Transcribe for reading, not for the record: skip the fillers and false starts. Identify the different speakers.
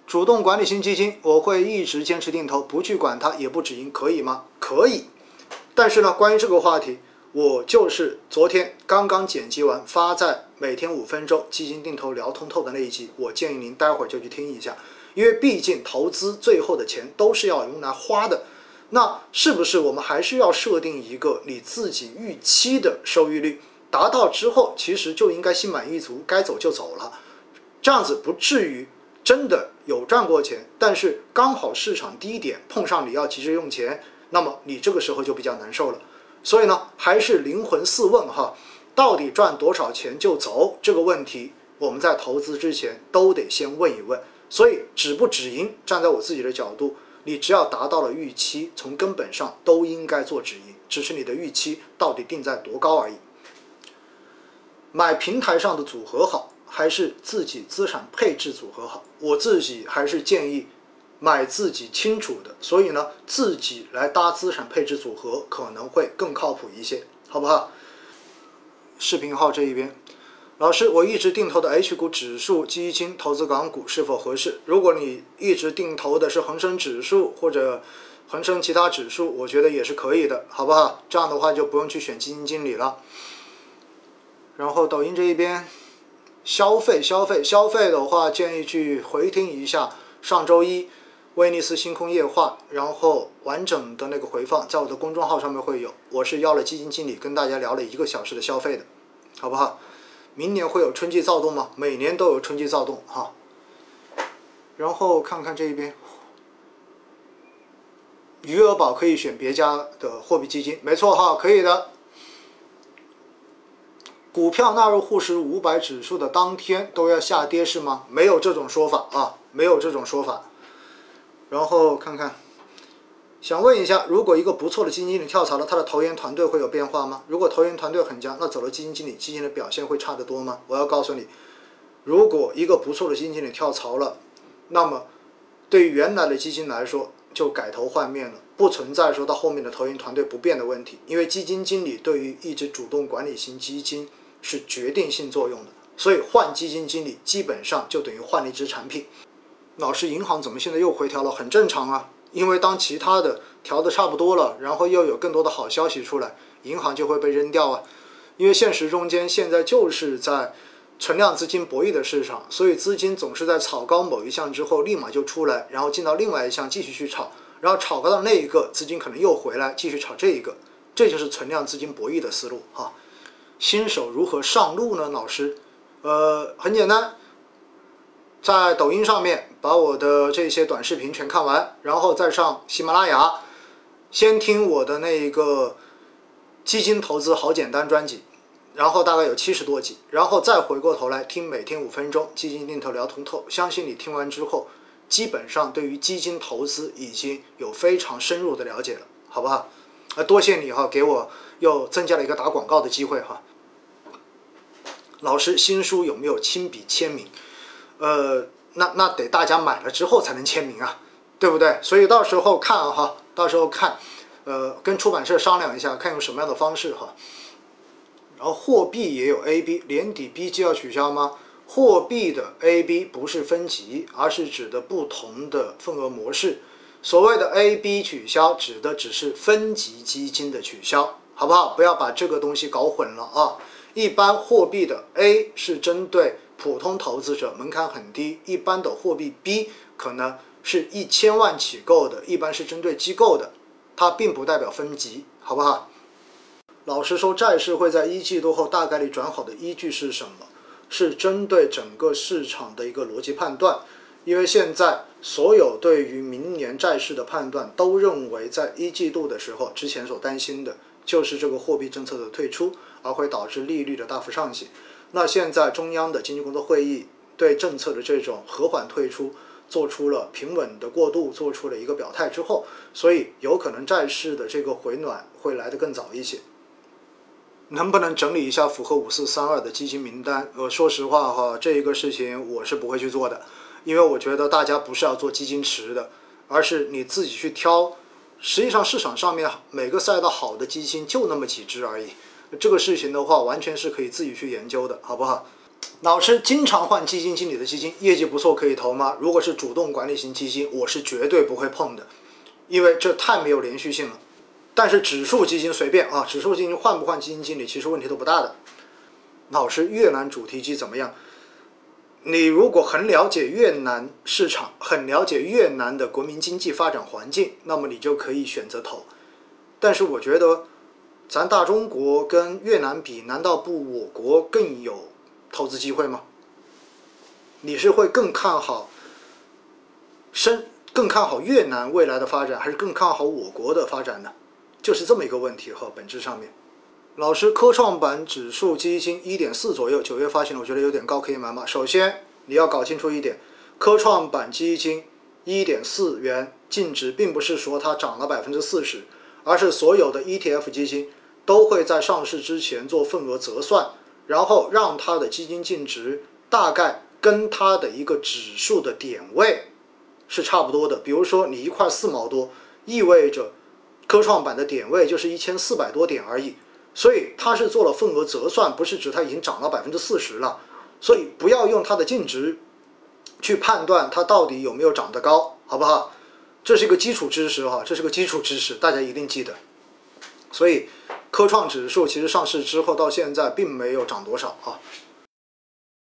Speaker 1: 主动管理型基金我会一直坚持定投，不去管它，也不止盈，可以吗？可以。但是呢，关于这个话题，我就是昨天刚刚剪辑完发在每天5分钟基金定投聊通透的那一集，我建议您待会儿就去听一下，因为毕竟投资最后的钱都是要用来花的，那是不是我们还是要设定一个你自己预期的收益率，达到之后其实就应该心满意足，该走就走了，这样子不至于真的有赚过钱，但是刚好市场低点碰上你要急着用钱，那么你这个时候就比较难受了。所以呢，还是灵魂四问哈，到底赚多少钱就走这个问题，我们在投资之前都得先问一问。所以止不止盈，站在我自己的角度，你只要达到了预期，从根本上都应该做止盈，只是你的预期到底定在多高而已。买平台上的组合好，还是自己资产配置组合好？我自己还是建议买自己清楚的，所以呢，自己来搭资产配置组合可能会更靠谱一些，好不好？视频号这一边，老师，我一直定投的 H 股指数基金投资港股是否合适？如果你一直定投的是恒生指数或者恒生其他指数，我觉得也是可以的，好不好？这样的话就不用去选基金经理了。然后抖音这一边，消费的话，建议去回听一下上周一威尼斯星空夜话，然后完整的那个回放在我的公众号上面会有，我是邀了基金经理跟大家聊了1个小时的消费的，好不好？明年会有春季躁动吗？每年都有春季躁动哈。然后看看这一边，余额宝可以选别家的货币基金，没错哈，可以的。股票纳入沪深500指数的当天都要下跌是吗？没有这种说法啊，没有这种说法。然后看看，想问一下，如果一个不错的基金经理跳槽了，他的投研团队会有变化吗？如果投研团队很强，那走了基金经理，基金的表现会差得多吗？我要告诉你，如果一个不错的基金经理跳槽了，那么对于原来的基金来说就改头换面了，不存在说到后面的投研团队不变的问题，因为基金经理对于一只主动管理型基金是决定性作用的，所以换基金经理基本上就等于换了一只产品。老师，银行怎么现在又回调了？很正常啊，因为当其他的调的差不多了，然后又有更多的好消息出来，银行就会被扔掉啊。因为现实中间现在就是在存量资金博弈的市场，所以资金总是在炒高某一项之后立马就出来，然后进到另外一项继续去炒，然后炒高到那一个资金可能又回来继续炒这一个，这就是存量资金博弈的思路哈。新手如何上路呢？老师，很简单，在抖音上面把我的这些短视频全看完，然后再上喜马拉雅，先听我的那个基金投资好简单专辑，然后大概有70多集，然后再回过头来听每天5分钟基金定投聊通透，相信你听完之后，基本上对于基金投资已经有非常深入的了解了，好不好？多谢你哈，给我又增加了一个打广告的机会哈。老师，新书有没有亲笔签名？那得大家买了之后才能签名啊，对不对？所以到时候看哈，到时候看，跟出版社商量一下，看用什么样的方式哈。然后货币也有 A、B， 年底 B 季要取消吗？货币的 A、B 不是分级，而是指的不同的份额模式。所谓的 A、B 取消，指的只是分级基金的取消，好不好？不要把这个东西搞混了啊！一般货币的 A 是针对普通投资者，门槛很低；一般的货币 B 可能是1000万起购的，一般是针对机构的，它并不代表分级，好不好？老师说，债市会在1季度后大概率转好的依据是什么？是针对整个市场的一个逻辑判断。因为现在所有对于明年债市的判断都认为，在1季度的时候，之前所担心的就是这个货币政策的退出，而会导致利率的大幅上行。那现在中央的经济工作会议对政策的这种和缓退出做出了平稳的过渡，做出了一个表态之后，所以有可能债市的这个回暖会来得更早一些。能不能整理一下符合5432的基金名单？说实话哈，这一个事情我是不会去做的，因为我觉得大家不是要做基金池的，而是你自己去挑。实际上市场上面每个赛道好的基金就那么几只而已，这个事情的话完全是可以自己去研究的，好不好？ 老师经常换基金经理的基金，业绩不错可以投吗？如果是主动管理型基金，我是绝对不会碰的，因为这太没有连续性了。但是指数基金随便啊，指数基金换不换基金经理其实问题都不大的。老师，越南主题基怎么样？你如果很了解越南市场，很了解越南的国民经济发展环境，那么你就可以选择投。但是我觉得咱大中国跟越南比，难道不我国更有投资机会吗？你是会更看好越南未来的发展，还是更看好我国的发展呢？就是这么一个问题和本质上面。老师，科创板指数基金 1.4 左右，9月发行的，我觉得有点高，可以买吗？首先你要搞清楚一点，科创板基金1.4元净值，并不是说它涨了40%，而是所有的 ETF 基金都会在上市之前做份额折算，然后让它的基金净值大概跟它的一个指数的点位是差不多的。比如说你1块4毛多，意味着科创板的点位就是1400多点而已。所以它是做了份额折算，不是指它已经涨了40%了。所以不要用它的净值去判断它到底有没有涨得高，好不好？这是一个基础知识哈，这是个基础知识，大家一定记得。所以科创指数其实上市之后到现在并没有涨多少啊。